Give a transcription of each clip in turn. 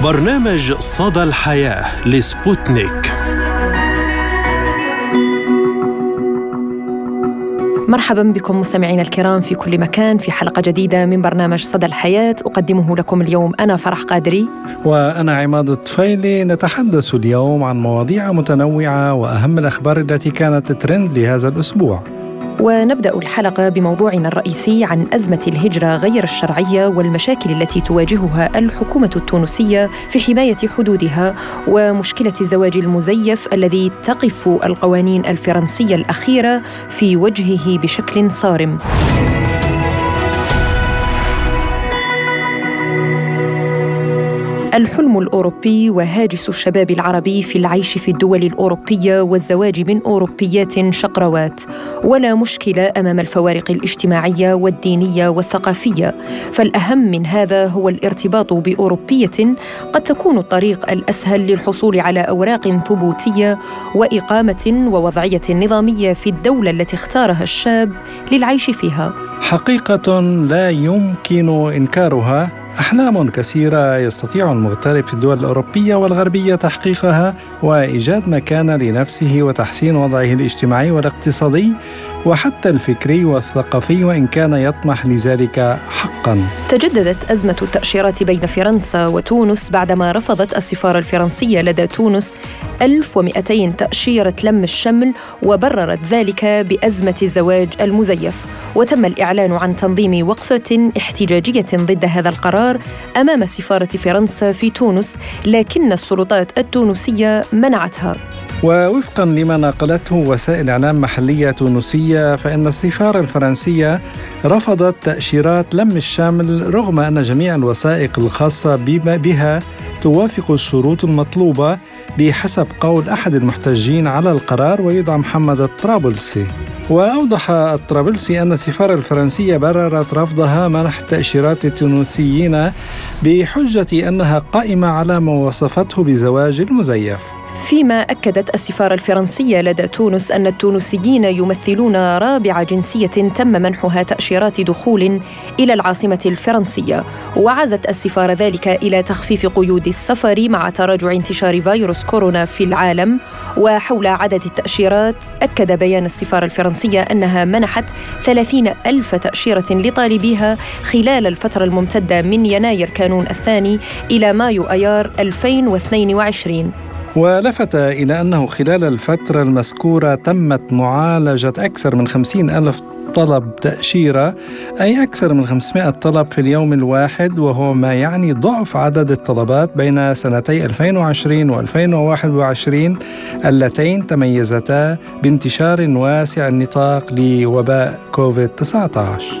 برنامج صدى الحياة لسبوتنيك. مرحبا بكم مستمعينا الكرام في كل مكان في حلقة جديدة من برنامج صدى الحياة أقدمه لكم اليوم أنا فرح قادري وأنا عماد الطفيلي. نتحدث اليوم عن مواضيع متنوعة وأهم الأخبار التي كانت ترند لهذا الأسبوع. ونبدأ الحلقة بموضوعنا الرئيسي عن أزمة الهجرة غير الشرعية والمشاكل التي تواجهها الحكومة التونسية في حماية حدودها ومشكلة الزواج المزيف الذي تقف القوانين الفرنسية الأخيرة في وجهه بشكل صارم. الحلم الأوروبي وهاجس الشباب العربي في العيش في الدول الأوروبية والزواج من أوروبيات شقروات، ولا مشكلة أمام الفوارق الاجتماعية والدينية والثقافية، فالأهم من هذا هو الارتباط بأوروبية قد تكون الطريق الأسهل للحصول على أوراق ثبوتية وإقامة ووضعية نظامية في الدولة التي اختارها الشاب للعيش فيها. حقيقة لا يمكن إنكارها. أحلام كثيرة يستطيع المغترب في الدول الأوروبية والغربية تحقيقها وإيجاد مكانة لنفسه وتحسين وضعه الاجتماعي والاقتصادي وحتى الفكري والثقافي، وإن كان يطمح لذلك حقاً. تجددت أزمة التأشيرات بين فرنسا وتونس بعدما رفضت السفارة الفرنسية لدى تونس 1200 تأشيرة لم الشمل، وبررت ذلك بأزمة الزواج المزيف. وتم الإعلان عن تنظيم وقفة احتجاجية ضد هذا القرار أمام سفارة فرنسا في تونس، لكن السلطات التونسية منعتها. ووفقاً لما نقلته وسائل إعلام محلية تونسية، فإن السفارة الفرنسية رفضت تأشيرات لم الشمل رغم أن جميع الوثائق الخاصة بها توافق الشروط المطلوبة بحسب قول أحد المحتجين على القرار ويدعى محمد الطرابلسي. وأوضح الطرابلسي أن السفارة الفرنسية بررت رفضها منح تأشيرات التونسيين بحجة أنها قائمة على ما وصفته بزواج المزيف. فيما أكدت السفارة الفرنسية لدى تونس أن التونسيين يمثلون رابع جنسية تم منحها تأشيرات دخول إلى العاصمة الفرنسية، وعزت السفارة ذلك إلى تخفيف قيود السفر مع تراجع انتشار فيروس كورونا في العالم. وحول عدد التأشيرات أكد بيان السفارة الفرنسية أنها منحت 30,000 تأشيرة لطالبيها خلال الفترة الممتدة من يناير كانون الثاني إلى مايو أيار 2022. ولفت إلى أنه خلال الفترة المذكورة تمت معالجة أكثر من 50,000 طلب تأشيرة، أي أكثر من 500 طلب في اليوم الواحد، وهو ما يعني ضعف عدد الطلبات بين سنتي 2020 و2021 اللتين تميزتا بانتشار واسع النطاق لوباء كوفيد-19.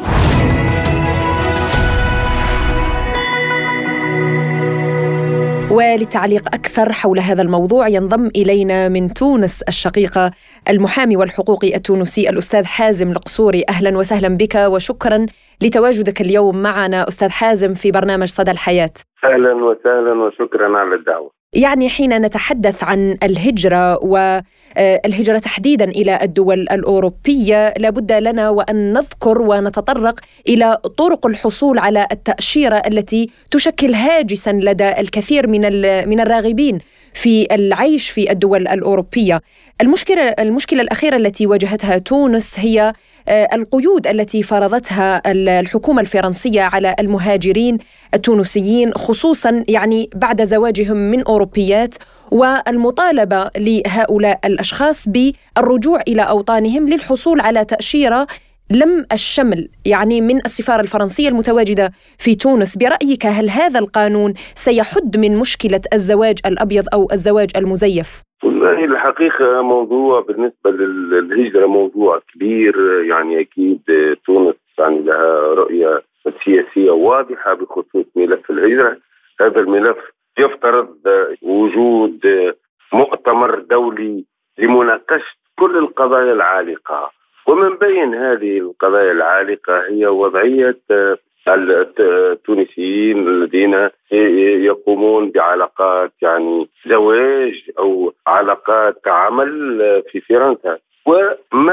وللتعليق أكثر حول هذا الموضوع ينضم إلينا من تونس الشقيقة المحامي والحقوقي التونسي الأستاذ حازم القصوري. أهلا وسهلا بك وشكرا لتواجدك اليوم معنا أستاذ حازم في برنامج صدى الحياة. أهلا وسهلا وشكرا على الدعوة. يعني حين نتحدث عن الهجرة والهجرة تحديدا إلى الدول الأوروبية لابد لنا وأن نذكر ونتطرق إلى طرق الحصول على التأشيرة التي تشكل هاجسا لدى الكثير من الراغبين في العيش في الدول الأوروبية. المشكلة الأخيرة التي واجهتها تونس هي القيود التي فرضتها الحكومة الفرنسية على المهاجرين التونسيين، خصوصا يعني بعد زواجهم من أوروبيات، والمطالبة لهؤلاء الأشخاص بالرجوع إلى أوطانهم للحصول على تأشيرة لم الشمل يعني من السفارة الفرنسية المتواجدة في تونس. برأيك هل هذا القانون سيحد من مشكلة الزواج الأبيض أو الزواج المزيف؟ والله الحقيقة موضوع بالنسبة للهجرة موضوع كبير، يعني أكيد تونس يعني لها رؤية سياسية واضحة بخصوص ملف الهجرة. هذا الملف يفترض وجود مؤتمر دولي لمناقشة كل القضايا العالقة، ومن بين هذه القضايا العالقة هي وضعية التونسيين الذين يقومون بعلاقات يعني زواج أو علاقات عمل في فرنسا. وما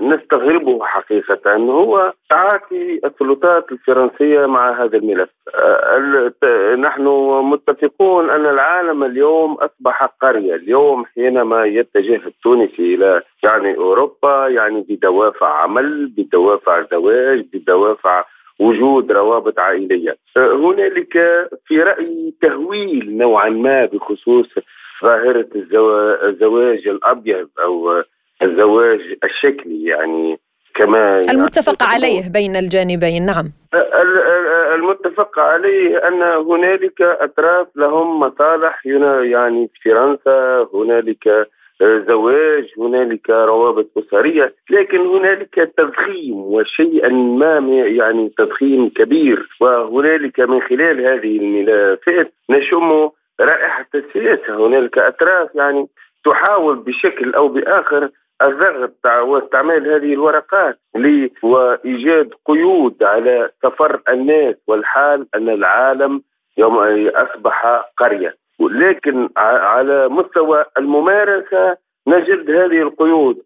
نستغربه حقيقة هو تعاطي السلطات الفرنسية مع هذا الملف. نحن متفقون أن العالم اليوم أصبح قرية. اليوم حينما يتجه التونسي إلى أوروبا بدوافع عمل، بدوافع زواج، بدوافع وجود روابط عائلية، هنالك في رأيي تهويل نوعا ما بخصوص ظاهرة الزواج الأبيض أو الزواج الشكلي كما المتفق عليه بين الجانبين. نعم، المتفق عليه أن هنالك أطراف لهم مصالح في فرنسا، هنالك زواج، هنالك روابط أسرية، لكن هنالك تضخيم وشيئا ما تضخيم كبير، وهنالك من خلال هذه الملفات نشم رائحة السياسة. هنالك أطراف تحاول بشكل أو بآخر الضغط واستعمال هذه الورقات وإيجاد قيود على سفر الناس، والحال أن العالم أصبح قرية. لكن على مستوى الممارسة نجد هذه القيود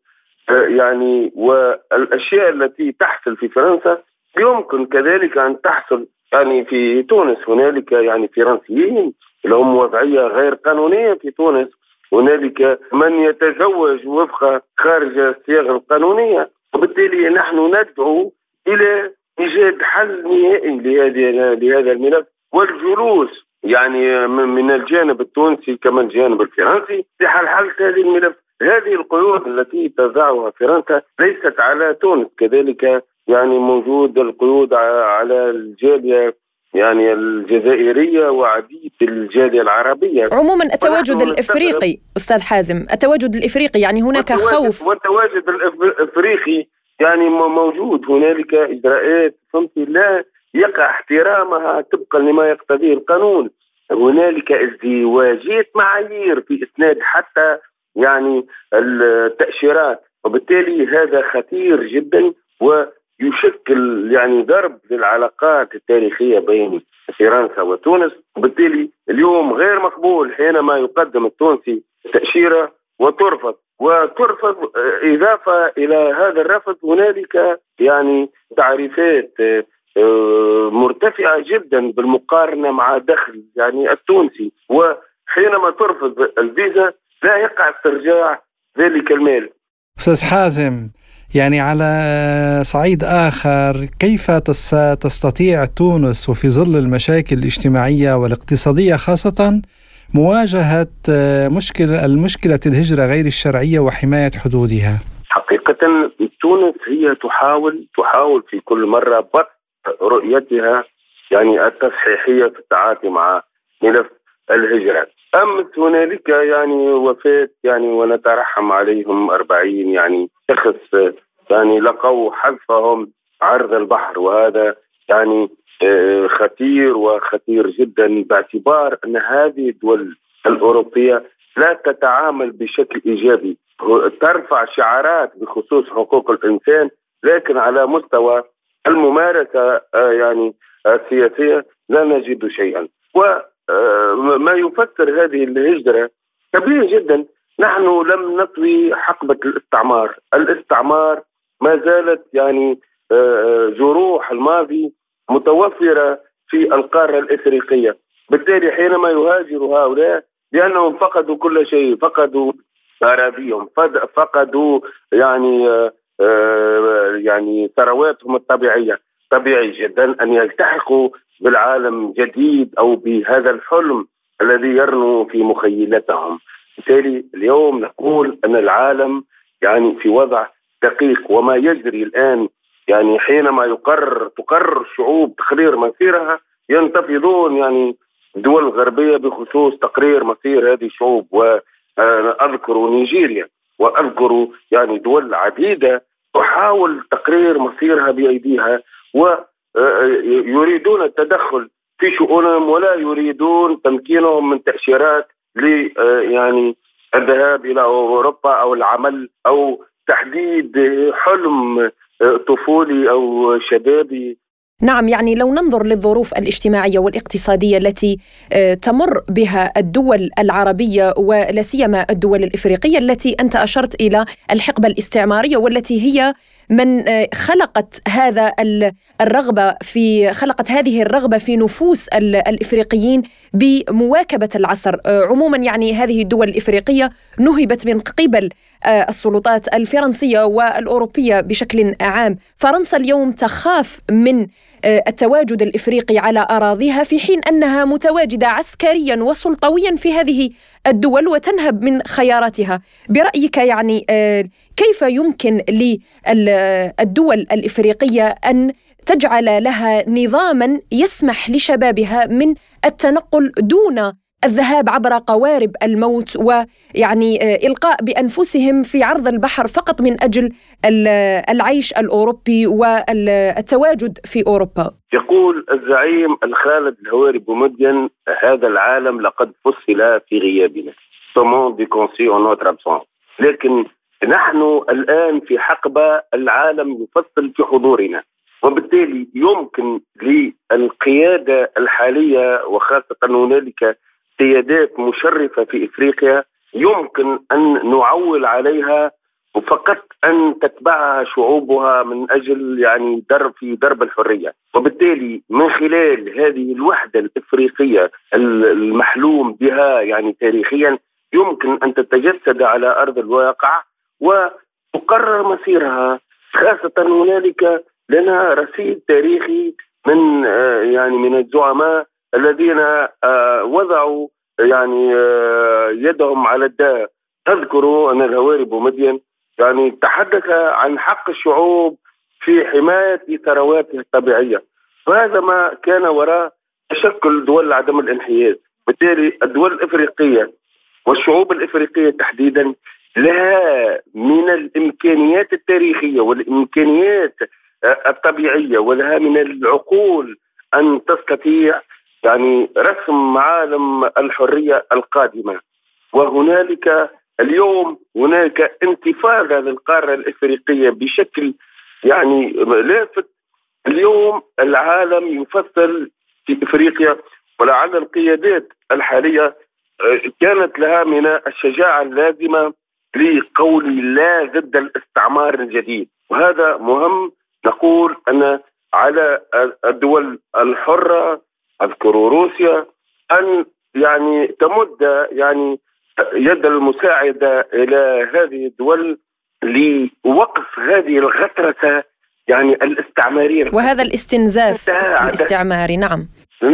والأشياء التي تحصل في فرنسا يمكن كذلك أن تحصل في تونس. هنالك فرنسيين لهم وضعية غير قانونية في تونس، هنالك من يتزوج وفق خارج الصيغ القانونية، وبالتالي نحن ندعو إلى إيجاد حل نهائي لهذا الملف، والجلوس من الجانب التونسي كما الجانب الفرنسي لحل هذه الملف. هذه القيود التي تضعها فرنسا ليست على تونس، كذلك موجود القيود على الجالية الجزائرية وعديد الجالية العربية. عموما التواجد الإفريقي أستاذ حازم، التواجد الإفريقي هناك خوف، والتواجد الإفريقي موجود. هنالك إجراءات لا يقع احترامها طبقا لما يقتضيه القانون. هنالك ازدواجية معايير في إسناد حتى التأشيرات، وبالتالي هذا خطير جدا ويشكل ضرب للعلاقات التاريخية بين فرنسا وتونس. وبالتالي اليوم غير مقبول حينما يقدم التونسي تأشيرة وترفض إضافة إلى هذا الرفض هنالك تعريفات مرتفعة جدا بالمقارنة مع دخل التونسي، وحينما ترفض الفيزا لا يقع استرجاع ذلك المال. أستاذ حازم، على صعيد آخر، كيف تستطيع تونس وفي ظل المشاكل الاجتماعية والاقتصادية خاصة مواجهة المشكلة الهجرة غير الشرعية وحماية حدودها؟ حقيقة تونس هي تحاول في كل مرة بث رؤيتها التصحيحية في التعاطي مع ملف الهجرة. أمس هنالك وفاة ونترحم عليهم 40 شخص لقوا حذفهم عرض البحر، وهذا خطير جدا، باعتبار أن هذه الدول الأوروبية لا تتعامل بشكل إيجابي، ترفع شعارات بخصوص حقوق الإنسان، لكن على مستوى الممارسة السياسية لا نجد شيئا. وما يفسر هذه الهجرة كبير جدا. نحن لم نطوي حقبة الاستعمار ما زالت جروح الماضي متوفرة في القارة الإفريقية. بالتالي حينما يهاجر هؤلاء لأنهم فقدوا كل شيء، فقدوا أراضيهم، فقدوا ثرواتهم الطبيعية، طبيعي جدا أن يلتحقوا بالعالم جديد أو بهذا الحلم الذي يرنو في مخيلتهم. بالتالي اليوم نقول أن العالم في وضع دقيق، وما يجري الآن حينما تقرر الشعوب تقرير مصيرها ينتفضون الدول الغربية بخصوص تقرير مصير هذه الشعوب. وأذكر نيجيريا وأذكر دول عديدة تحاول تقرير مصيرها بأيديها، ويريدون التدخل في شؤونهم ولا يريدون تمكينهم من تأشيرات الذهاب إلى أوروبا أو العمل أو تحديد حلم طفولي أو شبابي. نعم، يعني لو ننظر للظروف الاجتماعية والاقتصادية التي تمر بها الدول العربية ولا سيما الدول الإفريقية التي أنت أشرت إلى الحقبة الاستعمارية والتي هي من خلقت هذه الرغبة في نفوس الإفريقيين بمواكبة العصر. عموما يعني هذه الدول الإفريقية نهبت من قبل السلطات الفرنسية والأوروبية بشكل عام. فرنسا اليوم تخاف من التواجد الإفريقي على أراضيها في حين أنها متواجدة عسكريا وسلطويا في هذه الدول وتنهب من خياراتها. برأيك يعني كيف يمكن للدول الإفريقية أن تجعل لها نظاما يسمح لشبابها من التنقل دون الذهاب عبر قوارب الموت ويعني إلقاء بأنفسهم في عرض البحر فقط من أجل العيش الأوروبي والتواجد في أوروبا؟ يقول الزعيم الخالد الهواري بومدين: هذا العالم لقد فصل في غيابنا. لكن نحن الآن في حقبة العالم يفصل في حضورنا، وبالتالي يمكن للقيادة الحالية وخاصة هنالك قيادات مشرفة في إفريقيا يمكن أن نعول عليها وفقط أن تتبعها شعوبها من أجل يعني درب الحرية. وبالتالي من خلال هذه الوحدة الإفريقية المحلوم بها يعني تاريخيا يمكن أن تتجسد على أرض الواقع وتقرر مصيرها. خاصة هنالك لنا رصيد تاريخي من الزعماء الذين وضعوا يعني يدهم على الداء. تذكروا أن الهواري بومدين يعني تحدث عن حق الشعوب في حماية ثرواتها الطبيعية، وهذا ما كان وراء تشكل دول عدم الانحياز. بالتالي الدول الإفريقية والشعوب الإفريقية تحديدا لها من الإمكانيات التاريخية والإمكانيات الطبيعية ولها من العقول أن تستطيع يعني رسم عالم الحرية القادمة. وهنالك اليوم هناك انتفاضة للقارة الإفريقية بشكل يعني لافت. اليوم العالم يفصل في إفريقيا، ولعل القيادات الحالية كانت لها من الشجاعة اللازمة لقول لا ضد الاستعمار الجديد. وهذا مهم. نقول أن على الدول الحرة أذكر روسيا أن يعني تمد يعني يد المساعدة إلى هذه الدول لوقف هذه الغطرسة يعني الاستعمارية وهذا الاستنزاف الاستعماري. نعم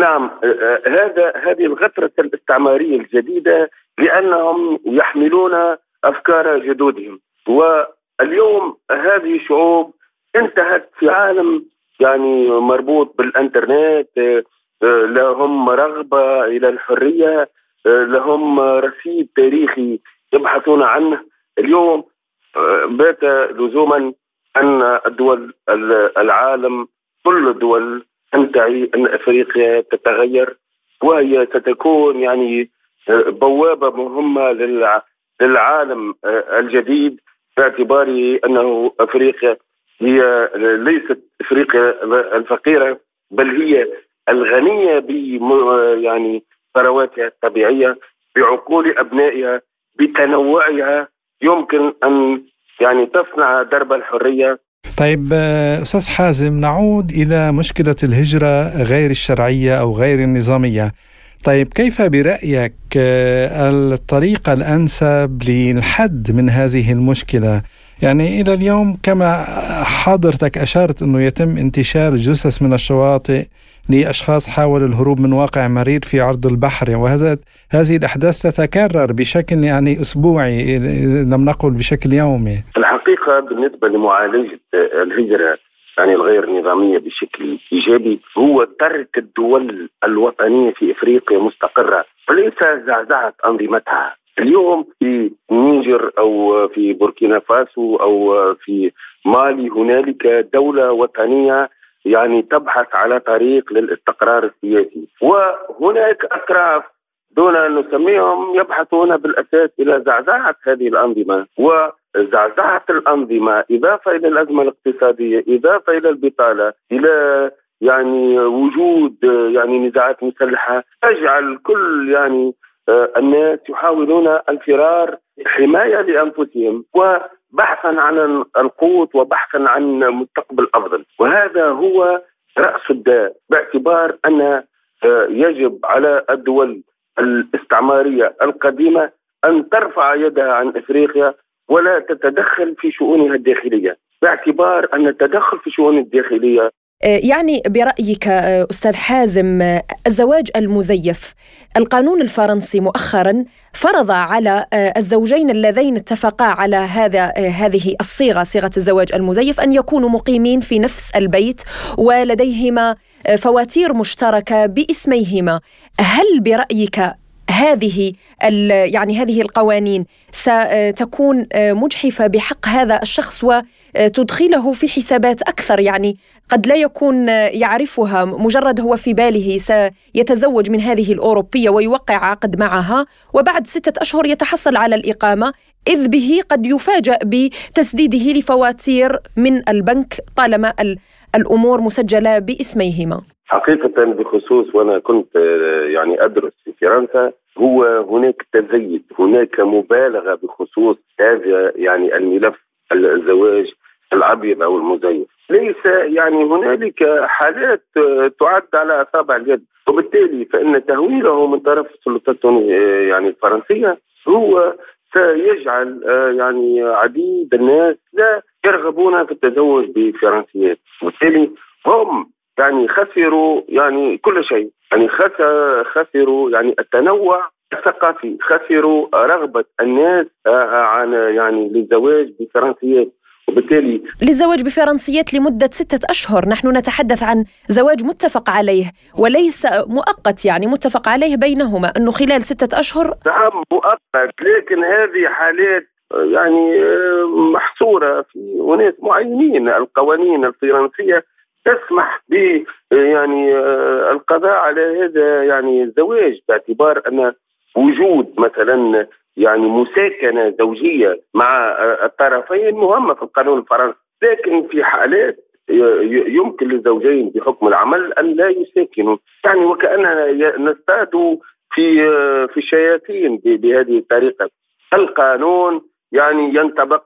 هذه الغطرسة الاستعمارية الجديدة، لأنهم يحملون أفكار جدودهم. واليوم هذه الشعوب انتهت في عالم يعني مربوط بالإنترنت، لهم رغبة إلى الحرية، لهم رصيد تاريخي يبحثون عنه. اليوم بات لزوما أن الدول العالم كل الدول تنتعي أن أفريقيا تتغير، وهي ستكون يعني بوابة مهمة للعالم الجديد، باعتبار أنه أفريقيا هي ليست أفريقيا الفقيرة، بل هي الغنية يعني ثرواتها الطبيعية، بعقول أبنائها، بتنوعها، يمكن أن يعني تصنع درب الحرية. طيب أستاذ حازم، نعود إلى مشكلة الهجرة غير الشرعية أو غير النظامية. طيب كيف برأيك الطريقة الأنسب للحد من هذه المشكلة؟ يعني إلى اليوم كما حضرتك أشارت أنه يتم انتشار جثث من الشواطئ لأشخاص حاولوا الهروب من واقع مرير في عرض البحر، وهذه الأحداث تتكرر بشكل يعني أسبوعي لم نقل بشكل يومي. الحقيقة بالنسبة لمعالجة الهجرة يعني الغير نظامية بشكل إيجابي هو ترك الدول الوطنية في إفريقيا مستقرة وليس زعزعة أنظمتها. اليوم في نيجر أو في بوركينا فاسو أو في مالي هنالك دولة وطنية يعني تبحث على طريق للاستقرار السياسي، وهناك أطراف دون أن نسميهم يبحثون بالأساس إلى زعزعة هذه الأنظمة. وزعزعة الأنظمة إضافة إلى الأزمة الاقتصادية، إضافة إلى البطالة، إلى يعني وجود يعني نزاعات مسلحة تجعل كل يعني الناس يحاولون الفرار حماية لأنفسهم وبحثا عن القوت وبحثا عن مستقبل أفضل. وهذا هو رأس الداء، باعتبار أن يجب على الدول الاستعمارية القديمة أن ترفع يدها عن إفريقيا ولا تتدخل في شؤونها الداخلية، باعتبار أن التدخل في شؤون الداخلية يعني برأيك أستاذ حازم الزواج المزيف، القانون الفرنسي مؤخرا فرض على الزوجين اللذين اتفقا على هذه الصيغة، صيغة الزواج المزيف، أن يكونوا مقيمين في نفس البيت ولديهما فواتير مشتركة باسميهما. هل برأيك هذه القوانين ستكون مجحفة بحق هذا الشخص وتدخله في حسابات أكثر؟ يعني قد لا يكون يعرفها، مجرد هو في باله سيتزوج من هذه الأوروبية ويوقع عقد معها، وبعد 6 أشهر يتحصل على الإقامة، إذ به قد يفاجأ بتسديده لفواتير من البنك طالما الأمور مسجلة باسميهما. حقيقة بخصوص، وأنا كنت يعني أدرس في فرنسا، هو هناك تزيد، هناك مبالغة بخصوص هذا يعني الملف الزواج الأبيض أو المزيف. ليس يعني هنالك حالات تعد على أصابع اليد، وبالتالي فإن تهويله من طرف السلطات يعني الفرنسية هو سيجعل يعني عديد الناس لا يرغبون في التزوج بفرنسيات، وبالتالي هم يعني خسروا يعني كل شيء، يعني خسروا يعني التنوع الثقافي، خسروا رغبة الناس عن يعني للزواج بفرنسيات، وبالتالي للزواج بفرنسيات لمدة 6 أشهر. نحن نتحدث عن زواج متفق عليه وليس مؤقت، يعني متفق عليه بينهما أنه خلال 6 أشهر. نعم مؤقت، لكن هذه حالات يعني محصورة في ناس معينين. القوانين الفرنسية تسمح ب يعني القضاء على هذا يعني الزواج، باعتبار أن وجود مثلا يعني مساكنة زوجية مع الطرفين مهمة في القانون الفرنسي. لكن في حالات يمكن للزوجين بحكم العمل أن لا يساكنوا، يعني وكأننا نصطاد في الشياطين بهذه الطريقة. القانون يعني ينطبق،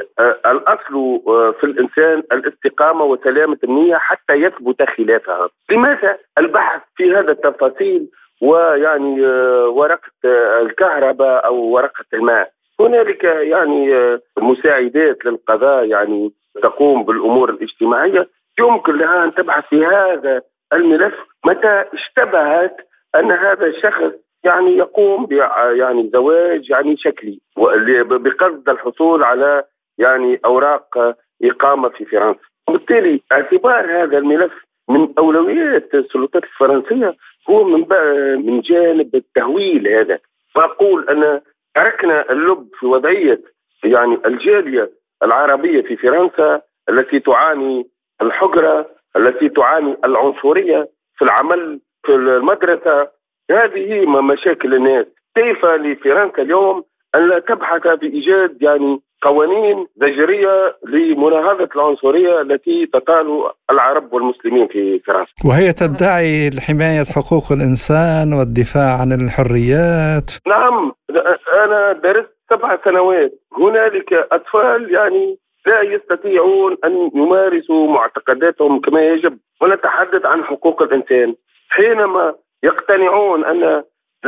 الأصل في الإنسان الاستقامة وسلامة النية حتى يثبت خلافها. لماذا البحث في هذا التفاصيل ويعني ورقة الكهرباء أو ورقة الماء؟ هنالك يعني مساعدات للقضاء يعني تقوم بالأمور الاجتماعية، يمكن لها أن تبحث في هذا الملف متى اشتبهت أن هذا الشخص يعني يقوم يعني زواج يعني شكلي بقصد الحصول على يعني أوراق إقامة في فرنسا. وبالتالي اعتبار هذا الملف من أولويات السلطات الفرنسية هو من جانب التهويل هذا. فأقول أن تركنا اللب في وضعية يعني الجالية العربية في فرنسا التي تعاني الحجرة، التي تعاني العنصرية في العمل، في المدرسة. هذه مشاكل الناس. كيف لفرنسا اليوم أن لا تبحث بإيجاد يعني قوانين زجرية لمناهضة العنصرية التي تطال العرب والمسلمين في فرنسا؟ وهي تدعي حماية حقوق الإنسان والدفاع عن الحريات. نعم، أنا درست 7 سنوات. هنالك أطفال يعني لا يستطيعون أن يمارسوا معتقداتهم كما يجب، ونتحدث عن حقوق الإنسان. حينما يقتنعون أن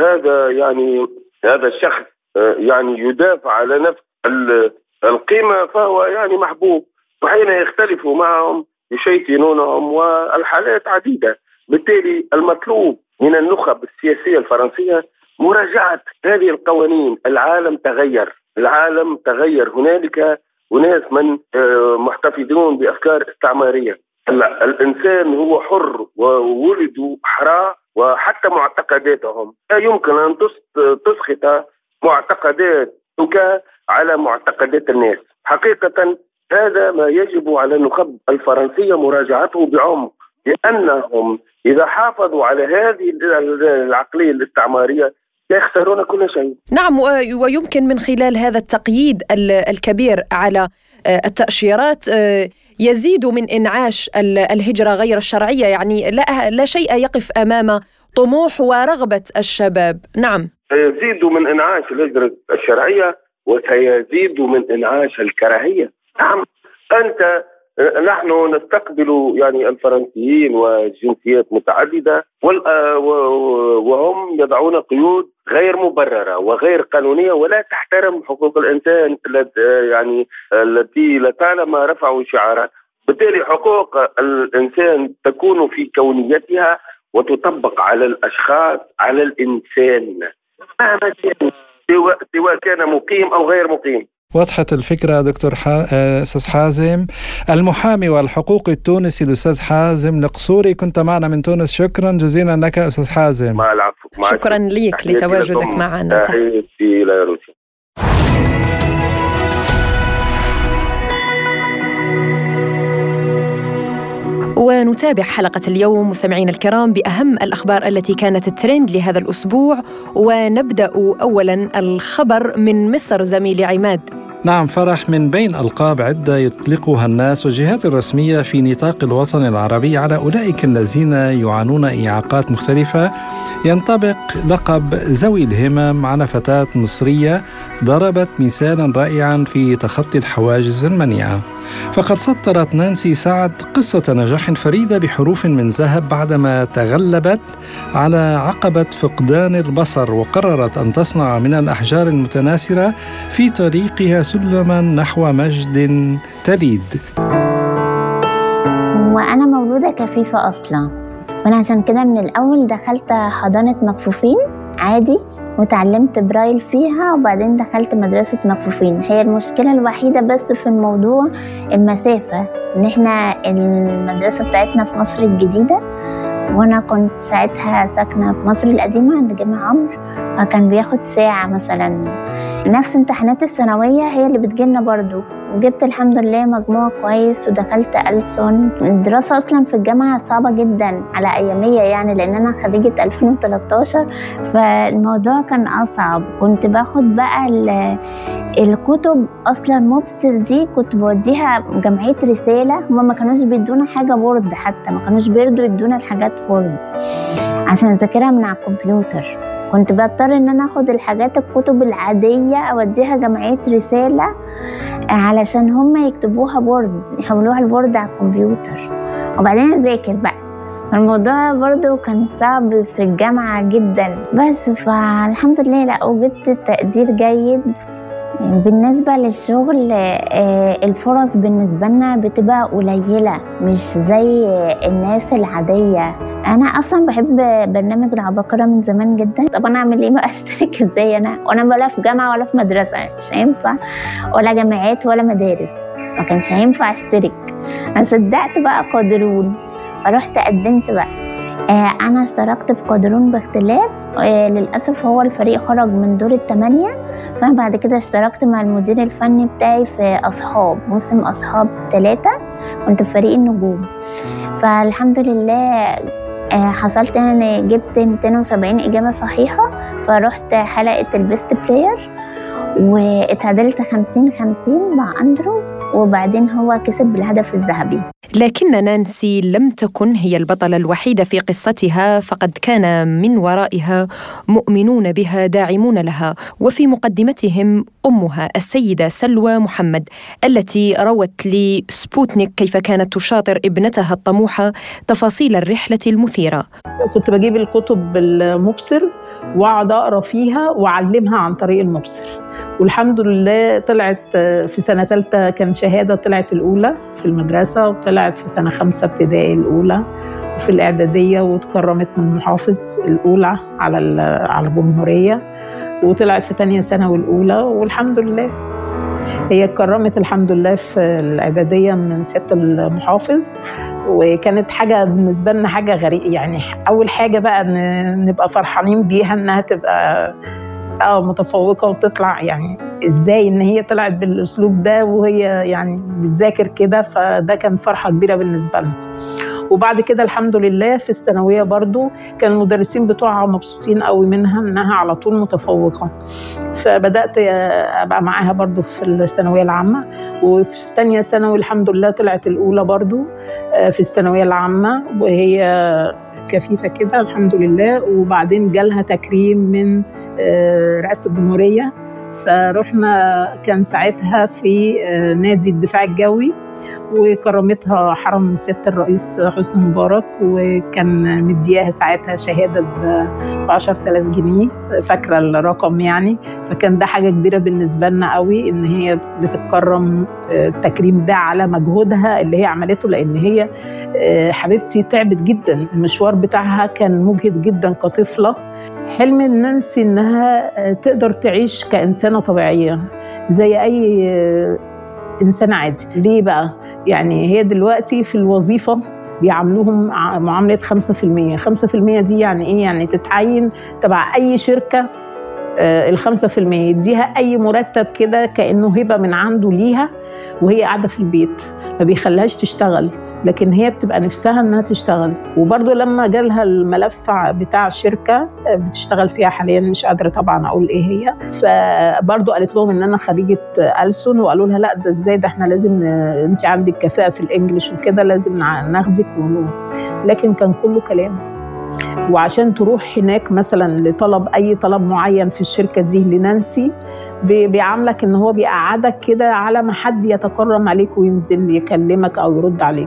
هذا الشخص يعني يدافع على نفس القيمة فهو يعني محبوب، وحين يختلفوا معهم يشيطنونهم، والحالات عديدة. بالتالي المطلوب من النخب السياسية الفرنسية مراجعة هذه القوانين. العالم تغير، هنالك أناس من محتفظون بأفكار استعمارية. الإنسان هو حر وولدوا حراء، وحتى معتقداتهم لا يمكن أن تسقط معتقداتك على معتقدات الناس. حقيقة هذا ما يجب على النخب الفرنسية مراجعته بعمق، لأنهم إذا حافظوا على هذه العقلية الاستعمارية يخسرون كل شيء. نعم، ويمكن من خلال هذا التقييد الكبير على التأشيرات يزيد من إنعاش الهجرة غير الشرعية، يعني لا شيء يقف أمام طموح ورغبة الشباب. نعم، يزيد من إنعاش الهجرة الشرعية وسيزيد من إنعاش الكراهية. نعم، نحن نستقبل يعني الفرنسيين وجنسيات متعددة وهم يضعون قيود غير مبررة وغير قانونية ولا تحترم حقوق الإنسان يعني التي لطالما رفعوا شعارها. بالتالي حقوق الإنسان تكون في كونيتها وتطبق على الأشخاص، على الإنسان مهما كان، سواء كان مقيم أو غير مقيم. وضحت الفكرة دكتور أستاذ حازم، المحامي والحقوق التونسي الأستاذ حازم القصوري، كنت معنا من تونس. شكرا جزيلا لك أستاذ حازم. مع العفو. شكرا لك لتواجدك معنا. تحياتي إلى روسيا. ونتابع حلقة اليوم مستمعينا الكرام بأهم الأخبار التي كانت الترند لهذا الأسبوع، ونبدأ أولا الخبر من مصر. زميلي عماد. نعم، فرح من بين ألقاب عدة يطلقها الناس والجهات الرسمية في نطاق الوطن العربي على أولئك الذين يعانون إعاقات مختلفة، ينطبق لقب ذوي الهمم على فتاة مصرية ضربت مثالا رائعا في تخطي الحواجز المنيعة. فقد سطرت نانسي سعد قصة نجاح فريدة بحروف من ذهب بعدما تغلبت على عقبة فقدان البصر، وقررت أن تصنع من الأحجار المتناثرة في طريقها سلما نحو مجد تليد. وأنا مولودة كفيفة أصلا، وأنا عشان كده من الأول دخلت حضانة مكفوفين عادي وتعلمت برايل فيها، وبعدين دخلت مدرسة مكفوفين. هي المشكلة الوحيدة بس في الموضوع المسافة، إن إحنا المدرسة بتاعتنا في مصر الجديدة، وأنا كنت ساعتها ساكنة في مصر القديمة عند جامع عمرو، فكان بياخد ساعة مثلا. نفس امتحانات الثانوية هي اللي بتجيلنا برضو، وجبت الحمد لله مجموع كويس ودخلت ألسن. الدراسة أصلا في الجامعة صعبة جدا على أيامية يعني، لأن أنا خريجة 2013، فالموضوع كان أصعب. كنت باخد بقى الكتب أصلا مبصر دي كنت بوديها جمعية رسالة، هما ما كانوش بيدونا حاجة بورد، حتى ما كانوش بيرضوا يدونا الحاجات بورد عشان أذاكرها من على الكمبيوتر. كنت بضطر ان انا اخد الحاجات الكتب العادية اوديها جمعية رسالة علشان هم يكتبوها بورد، يحولوها البورد على الكمبيوتر وبعدين اذاكر بقى. الموضوع برضو كان صعب في الجامعة جدا، بس فالحمد لله لا وجبت تقدير جيد. بالنسبة للشغل الفرص بالنسبة لنا بتبقى قليلة، مش زي الناس العادية. أنا أصلا بحب برنامج العباقرة من زمان جدا. طب أنا أعمل إيه بقى؟ أشترك إزاي وأنا ولا في جامعة ولا في مدرسة، مش هينفع، ولا جامعات ولا مدارس، ما كانش هينفع أشترك. أنا صدقت بقى قادرون، فرحت قدمت بقى. أنا اشتركت في قادرون باختلاف، للأسف هو الفريق خرج من دور 8، فأنا بعد كده اشتركت مع المدير الفني بتاعي في أصحاب، موسم أصحاب 3، كنت في فريق النجوم. فالحمد لله حصلت أنا جبت 270 إجابة صحيحة، فرحت حلقة البيست بلاير واتعادلت 50-50 مع أندرو، وبعدين هو كسب بالهدف الذهبي. لكن نانسي لم تكن هي البطلة الوحيدة في قصتها، فقد كان من ورائها مؤمنون بها داعمون لها، وفي مقدمتهم أمها السيدة سلوى محمد التي روت لسبوتنيك كيف كانت تشاطر ابنتها الطموحة تفاصيل الرحلة المثيرة. كنت بجيب الكتب المبصر وأقعد أقرأ فيها وأعلمها عن طريق المبصر، والحمد لله طلعت في سنة 3 كان شهادة، طلعت الأولى في المدرسة، وطلعت في سنة 5 ابتدائي الأولى، وفي الإعدادية وتكرمت من المحافظ الأولى على الجمهورية، وطلعت في تانية ثانوي الأولى، والحمد لله هي اتكرمت الحمد لله في الإعدادية من سيادة المحافظ. وكانت حاجة بالنسبة لنا حاجة غريبة يعني، أول حاجة بقى نبقى فرحانين بيها إنها تبقى متفوقة وتطلع، يعني إزاي إن هي طلعت بالأسلوب ده وهي يعني بتذاكر كده، فده كان فرحة كبيرة بالنسبة لنا. وبعد كده الحمد لله في الثانوية برضو كان المدرسين بتوعها مبسوطين قوي منها إنها على طول متفوقة، فبدأت أبقى معاها برضو في الثانوية العامة، وفي تانية ثانوي الحمد لله طلعت الأولى برضو في الثانوية العامة، وهي كفيفة كده الحمد لله. وبعدين جالها تكريم من رئاسة الجمهورية، فرحنا كان ساعتها في نادي الدفاع الجوي، وكرمتها حرم سيادة الرئيس حسني مبارك، وكان مدياها ساعتها شهادة ب10,000 جنيه، فاكرة الرقم يعني. فكان ده حاجة كبيرة بالنسبة لنا قوي إن هي بتتكرم التكريم ده على مجهودها اللي هي عملته، لأن هي حبيبتي تعبت جدا، المشوار بتاعها كان مجهد جدا كطفلة. حلم نانسي إنها تقدر تعيش كإنسانة طبيعية زي أي إنسان عادي. ليه بقى؟ يعني هي دلوقتي في الوظيفة بيعاملوهم معاملة 5%. 5% دي يعني إيه؟ يعني تتعين تبع أي شركة، 5% يديها أي مرتب كده كأنه هبة من عنده ليها، وهي قاعدة في البيت ما بيخليهاش تشتغل، لكن هي بتبقى نفسها انها تشتغل. وبرضو لما جالها الملف بتاع الشركة بتشتغل فيها حاليا، مش قادرة طبعا اقول ايه هي، فبرضو قالت لهم ان انا خريجة ألسن، وقالوا لها لا ده ازاي، ده احنا لازم انت عندك كفاءة في الانجليش وكده لازم ناخدك. لكن كان كله كلام. وعشان تروح هناك مثلا لطلب اي طلب معين في الشركة دي لنانسي، بيعاملك ان هو بيقعدك كده على ما حد يتكرم عليك وينزل يكلمك او يرد عليك.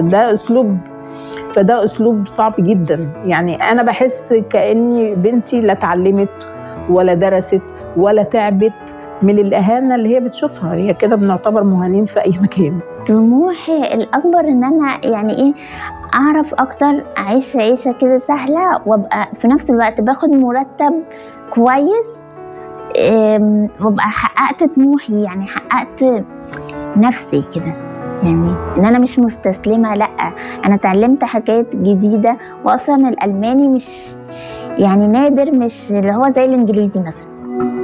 فده اسلوب صعب جدا. يعني انا بحس كأني بنتي لا اتعلمت ولا درست ولا تعبت من الإهانة اللي هي بتشوفها. هي كده بنعتبر مهانين في أي مكان. طموحي الأكبر إن أنا يعني إيه أعرف أكتر أعيش عيشة كده سهلة، وأبقى في نفس الوقت باخد مرتب كويس، وأبقى حققت طموحي، يعني حققت نفسي كده، يعني إن أنا مش مستسلمة. لأ، أنا اتعلمت حاجات جديدة، وأصلا الألماني مش يعني نادر، مش اللي هو زي الإنجليزي مثلا.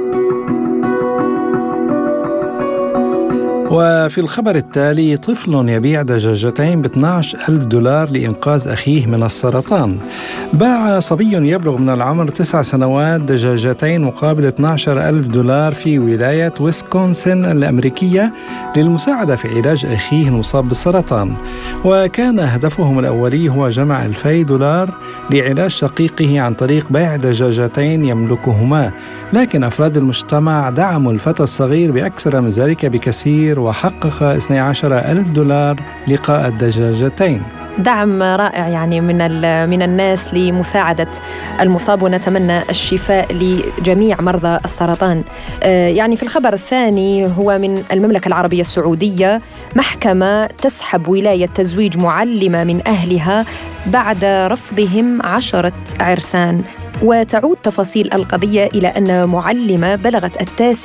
وفي الخبر التالي، طفل يبيع دجاجتين ب$12,000 لإنقاذ أخيه من السرطان. باع صبي يبلغ من العمر 9 سنوات دجاجتين مقابل $12,000 في ولاية ويسكونسن الأمريكية للمساعدة في علاج أخيه المصاب بالسرطان. وكان هدفهم الأولي هو جمع $2,000 لعلاج شقيقه عن طريق بيع دجاجتين يملكهما، لكن أفراد المجتمع دعموا الفتى الصغير بأكثر من ذلك بكثير، وحقق $12,000 لقاء الدجاجتين. دعم رائع يعني من الناس لمساعدة المصاب، ونتمنى الشفاء لجميع مرضى السرطان. يعني في الخبر الثاني هو من المملكة العربية السعودية. محكمة تسحب ولاية تزويج معلمة من أهلها بعد رفضهم 10 عرسان. وتعود تفاصيل القضية إلى أن معلمة بلغت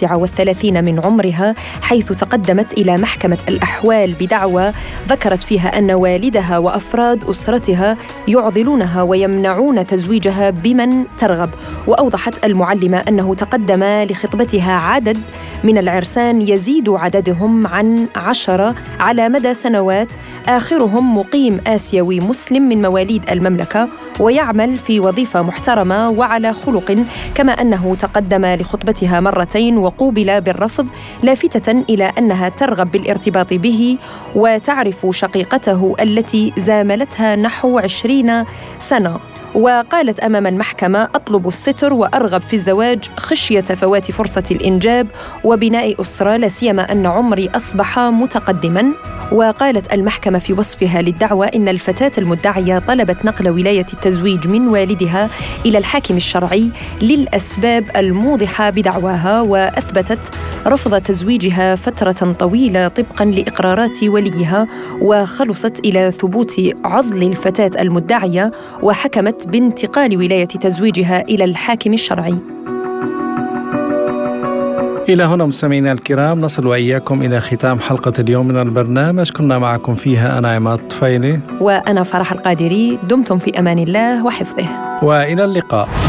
39 من عمرها، حيث تقدمت إلى محكمة الأحوال بدعوى ذكرت فيها أن والدها وأفراد أسرتها يعضلونها ويمنعون تزويجها بمن ترغب. وأوضحت المعلمة أنه تقدم لخطبتها عدد من العرسان يزيد عددهم عن 10 على مدى سنوات، آخرهم مقيم آسيوي مسلم من مواليد المملكة ويعمل في وظيفة محترمة وعلى خلق، كما أنه تقدم لخطبتها مرتين وقوبل بالرفض، لافتة إلى أنها ترغب بالارتباط به وتعرف شقيقته التي زاملتها نحو 20 سنة. وقالت أمام المحكمة: أطلب الستر وأرغب في الزواج خشية فوات فرصة الإنجاب وبناء أسرة، لا سيما أن عمري أصبح متقدما. وقالت المحكمة في وصفها للدعوة إن الفتاة المدعية طلبت نقل ولاية التزويج من والدها إلى الحاكم الشرعي للأسباب الموضحة بدعواها، وأثبتت رفض تزويجها فترة طويلة طبقا لإقرارات وليها، وخلصت إلى ثبوت عضل الفتاة المدعية، وحكمت بانتقال ولاية تزويجها إلى الحاكم الشرعي. إلى هنا مستمعينا الكرام نصل وإياكم إلى ختام حلقة اليوم من البرنامج. كنا معكم فيها أنا عماد طفيلي وأنا فرح القادري. دمتم في أمان الله وحفظه، وإلى اللقاء.